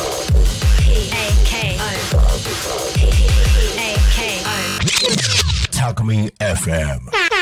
タクミ FM。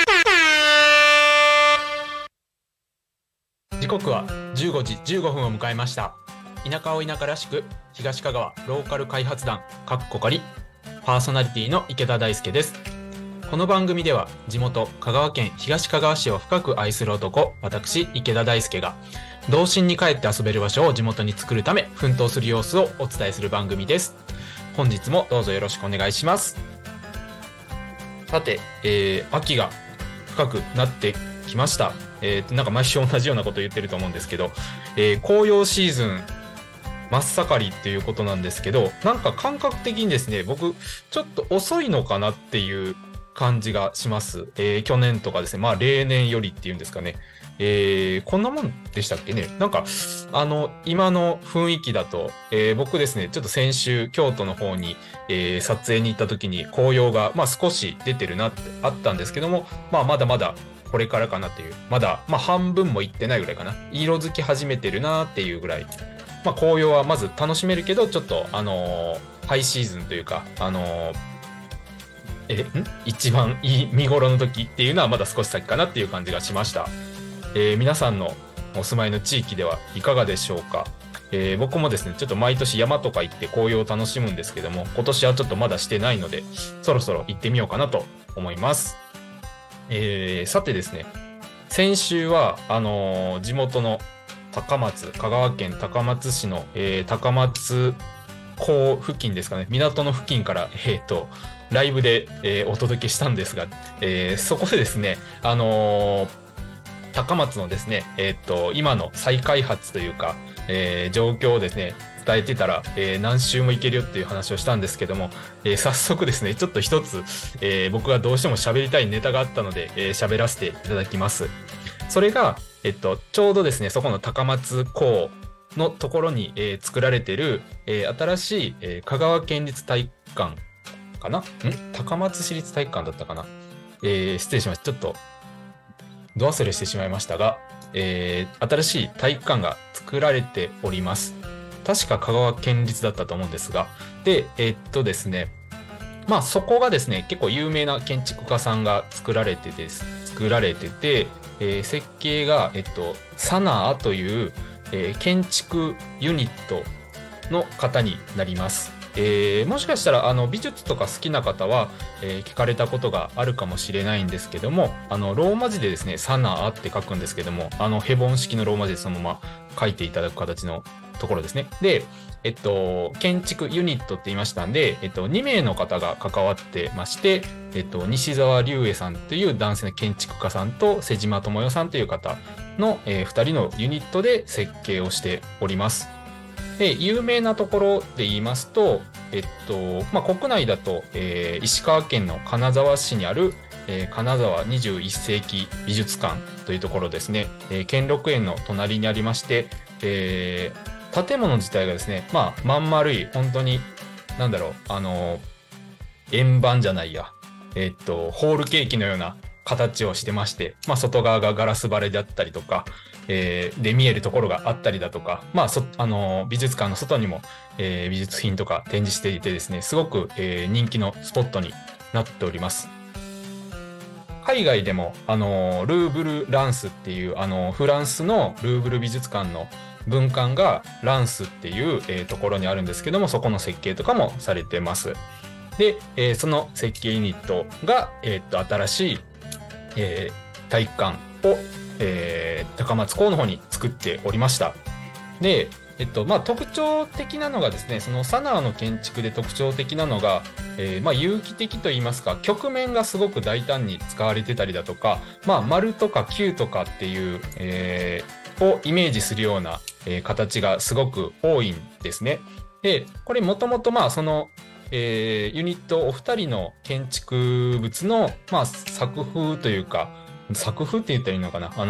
時刻は15時15分を迎えました。田舎を田舎らしく、東香川ローカル開発団かっこかりパーソナリティの池田大輔です。この番組では地元香川県東香川市を深く愛する男、私池田大輔が童心に帰って遊べる場所を地元に作るため奮闘する様子をお伝えする番組です。本日もどうぞよろしくお願いします。さて、秋が深くなってきました。なんか毎週同じようなことを言ってると思うんですけど、紅葉シーズン真っ盛りっていうことなんですけど、なんか感覚的にですね、僕ちょっと遅いのかなっていう感じがします。去年とかですね、まあ例年よりっていうんですかね、こんなもんでしたっけね。なんか今の雰囲気だと、僕ですね、ちょっと先週京都の方に、撮影に行った時に紅葉がまあ少し出てるなってあったんですけども、まあまだまだこれからかなっていう、まだまあ半分もいってないぐらいかな、色づき始めてるなっていうぐらい、まあ紅葉はまず楽しめるけど、ちょっとハイシーズンというか一番いい見頃の時っていうのはまだ少し先かなっていう感じがしました。皆さんのお住まいの地域ではいかがでしょうか。僕もですね、ちょっと毎年山とか行って紅葉を楽しむんですけども、今年はちょっとまだしてないので、そろそろ行ってみようかなと思います。さてですね、先週は地元の高松、香川県高松市の、高松港付近ですかね、港の付近からライブで、お届けしたんですが、そこでですね、高松のですね、今の再開発というか、状況をですね伝えてたら、何周も行けるよっていう話をしたんですけども、早速ですねちょっと一つ、僕がどうしても喋りたいネタがあったので喋らせていただきます。それが、ちょうどですねそこの高松港のところに、作られている、新しい、香川県立体育館かな、高松市立体育館だったかな、失礼しました。ちょっとど忘れしてしまいましたが、新しい体育館が作られております。確か香川県立だったと思うんですが、で、ですね、まあそこがですね、結構有名な建築家さんが作られてて、設計が、サナーという、建築ユニットの方になります。もしかしたら美術とか好きな方は、聞かれたことがあるかもしれないんですけども、ローマ字でですねサナーって書くんですけども、ヘボン式のローマ字でそのまま書いていただく形のところですね。で、建築ユニットって言いましたんで、2名の方が関わってまして、西澤隆英さんという男性の建築家さんと瀬島智代さんという方の、2人のユニットで設計をしております。で、有名なところで言いますと、まあ、国内だと、石川県の金沢市にある、金沢21世紀美術館というところですね、兼六園の隣にありまして、建物自体がですね、まあ、まん丸い、本当に、なんだろう、円盤じゃないや、ホールケーキのような形をしてまして、まあ、外側がガラス張りだったりとか、で見えるところがあったりだとか、まあ、美術館の外にも、美術品とか展示していてですね、すごく、人気のスポットになっております。海外でもルーブル・ランスっていうフランスのルーブル美術館の分館がランスっていう、ところにあるんですけども、そこの設計とかもされてます。で、その設計ユニットが、新しい、体育館を、高松港の方に作っておりました。で、まあ、特徴的なのがですね、そのサナーの建築で特徴的なのが、まあ、有機的といいますか、曲面がすごく大胆に使われてたりだとか、まあ、丸とか球とかっていう、をイメージするような、形がすごく多いんですね。で、これもともとまあその、ユニットお二人の建築物の、まあ、作風というか、作風って言ったらいいのかな、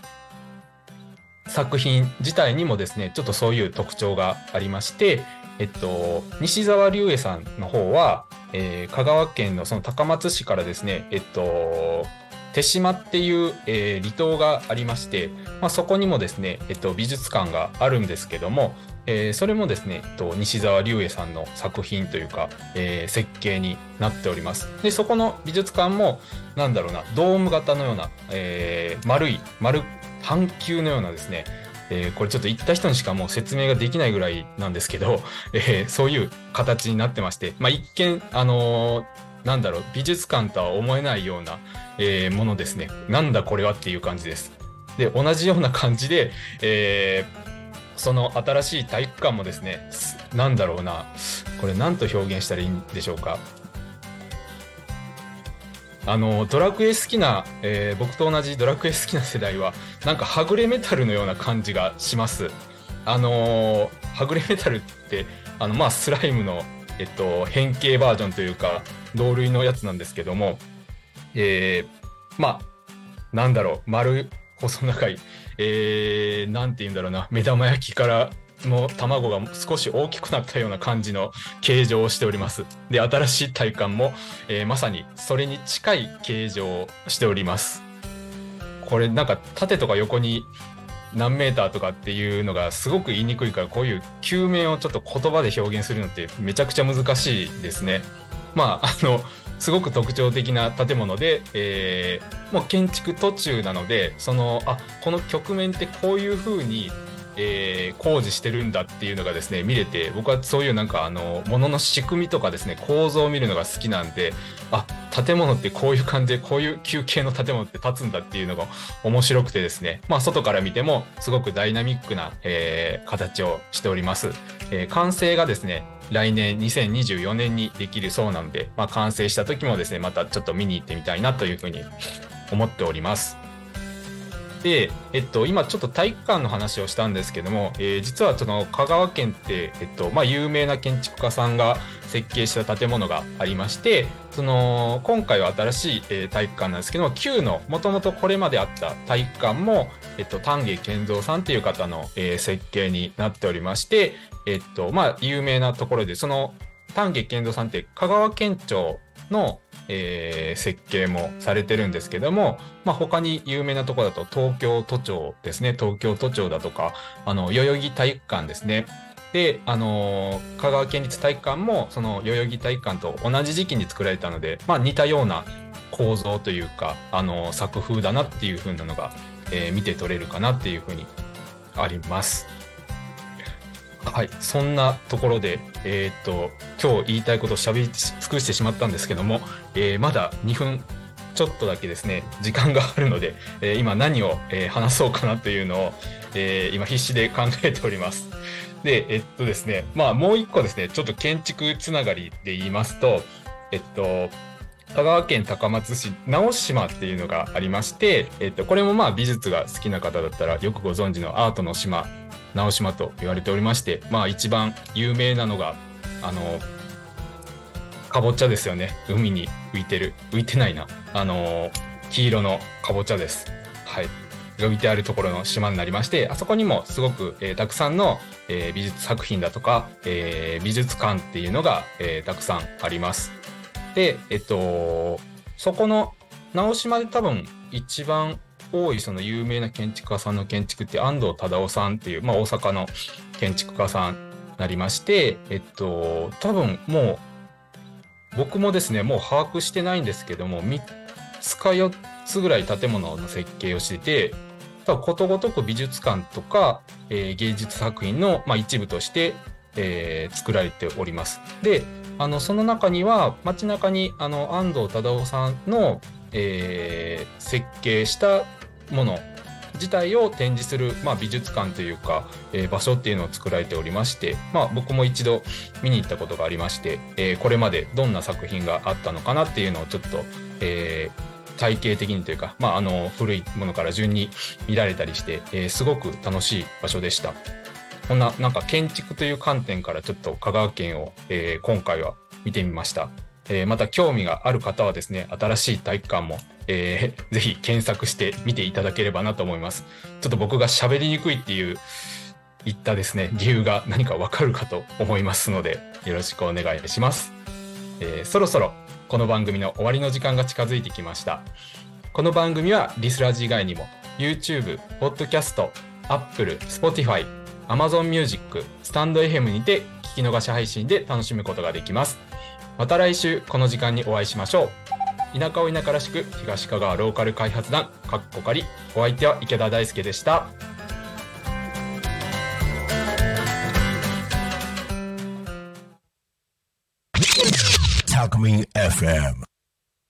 作品自体にもですねちょっとそういう特徴がありまして、西澤隆英さんの方は、香川県のその高松市からですね手島っていう、離島がありまして、そこにもですね、美術館があるんですけども、それもですね、西沢立衛さんの作品というか、設計になっております。で、そこの美術館も、なんだろうな、ドーム型のような、半球のようなですね、これちょっと行った人にしかもう説明ができないぐらいなんですけど、そういう形になってまして、一見、なんだろう、美術館とは思えないような、ものですね。なんだこれはっていう感じです。で、同じような感じで、その新しい体育館もですね、なんだろうな、これ何と表現したらいいんでしょうか。ドラクエ好きな、僕と同じドラクエ好きな世代は、なんかはぐれメタルのような感じがします。はぐれメタルって、スライムの、変形バージョンというか、同類のやつなんですけども、なんだろう、丸、細長い、なんて言うんだろうな、目玉焼きからの卵が少し大きくなったような感じの形状をしております。で、新しい体感も、まさにそれに近い形状をしております。これなんか縦とか横に何メーターとかっていうのがすごく言いにくいから、こういう球面をちょっと言葉で表現するのってめちゃくちゃ難しいですね。すごく特徴的な建物で、もう建築途中なので、この曲面ってこういう風に、工事してるんだっていうのがですね、見れて、僕はそういうなんか物の仕組みとかですね、構造を見るのが好きなんで、建物ってこういう感じで、こういう球形の建物って建つんだっていうのが面白くてですね、外から見てもすごくダイナミックな、形をしております。完成がですね、来年2024年にできるそうなので、完成した時もですね、またちょっと見に行ってみたいなというふうに思っております。で、今ちょっと体育館の話をしたんですけども、実はその香川県って、有名な建築家さんが設計した建物がありまして、今回は新しい、体育館なんですけども、旧のもともとこれまであった体育館も、丹下健三さんという方の、設計になっておりまして、有名なところで、その丹下健三さんって香川県庁の設計もされてるんですけども、他に有名なところだと東京都庁ですね。東京都庁だとか、代々木体育館ですね。で、香川県立体育館もその代々木体育館と同じ時期に作られたので、似たような構造というか、作風だなっていう風なのが、見て取れるかなっていう風にあります。はい、そんなところで、今日言いたいことを喋り尽くしてしまったんですけども、まだ2分ちょっとだけですね、時間があるので、今何を、話そうかなというのを、今必死で考えております。で、ですね、もう一個ですね、ちょっと建築つながりで言いますと、香川県高松市直島っていうのがありまして、これも美術が好きな方だったらよくご存知のアートの島、直島と言われておりまして、一番有名なのが、かぼちゃですよね。海に浮いてないな。黄色のかぼちゃです。はい。が浮いてあるところの島になりまして、あそこにもすごく、たくさんの、美術作品だとか、美術館っていうのが、たくさんあります。で、そこの直島で多分一番多いその有名な建築家さんの建築って安藤忠雄さんっていう、大阪の建築家さんになりまして、多分もう僕もですね、もう把握してないんですけども、3つか4つぐらい建物の設計をしてて、ことごとく美術館とか、芸術作品の、一部として、作られております。で、その中には街中に安藤忠雄さんの、設計したもの自体を展示する、美術館というか、場所っていうのを作られておりまして、僕も一度見に行ったことがありまして、これまでどんな作品があったのかなっていうのをちょっと、体系的にというか、古いものから順に見られたりして、すごく楽しい場所でした。こんななんか建築という観点からちょっと香川県を、今回は見てみました。また興味がある方はですね、新しい体育館も、ぜひ検索して見ていただければなと思います。ちょっと僕が喋りにくいっていう言ったですね、理由が何かわかるかと思いますので、よろしくお願いします。そろそろこの番組の終わりの時間が近づいてきました。 この番組はリスラジ以外にも YouTube、Podcast、Apple、Spotify、Amazon Music、スタンド FM にて聞き逃し配信で楽しむことができます。また来週この時間にお会いしましょう。田舎を田舎らしく東香川ローカル開発団かっこかり、お相手は池田大輔でした。 Talk Me FM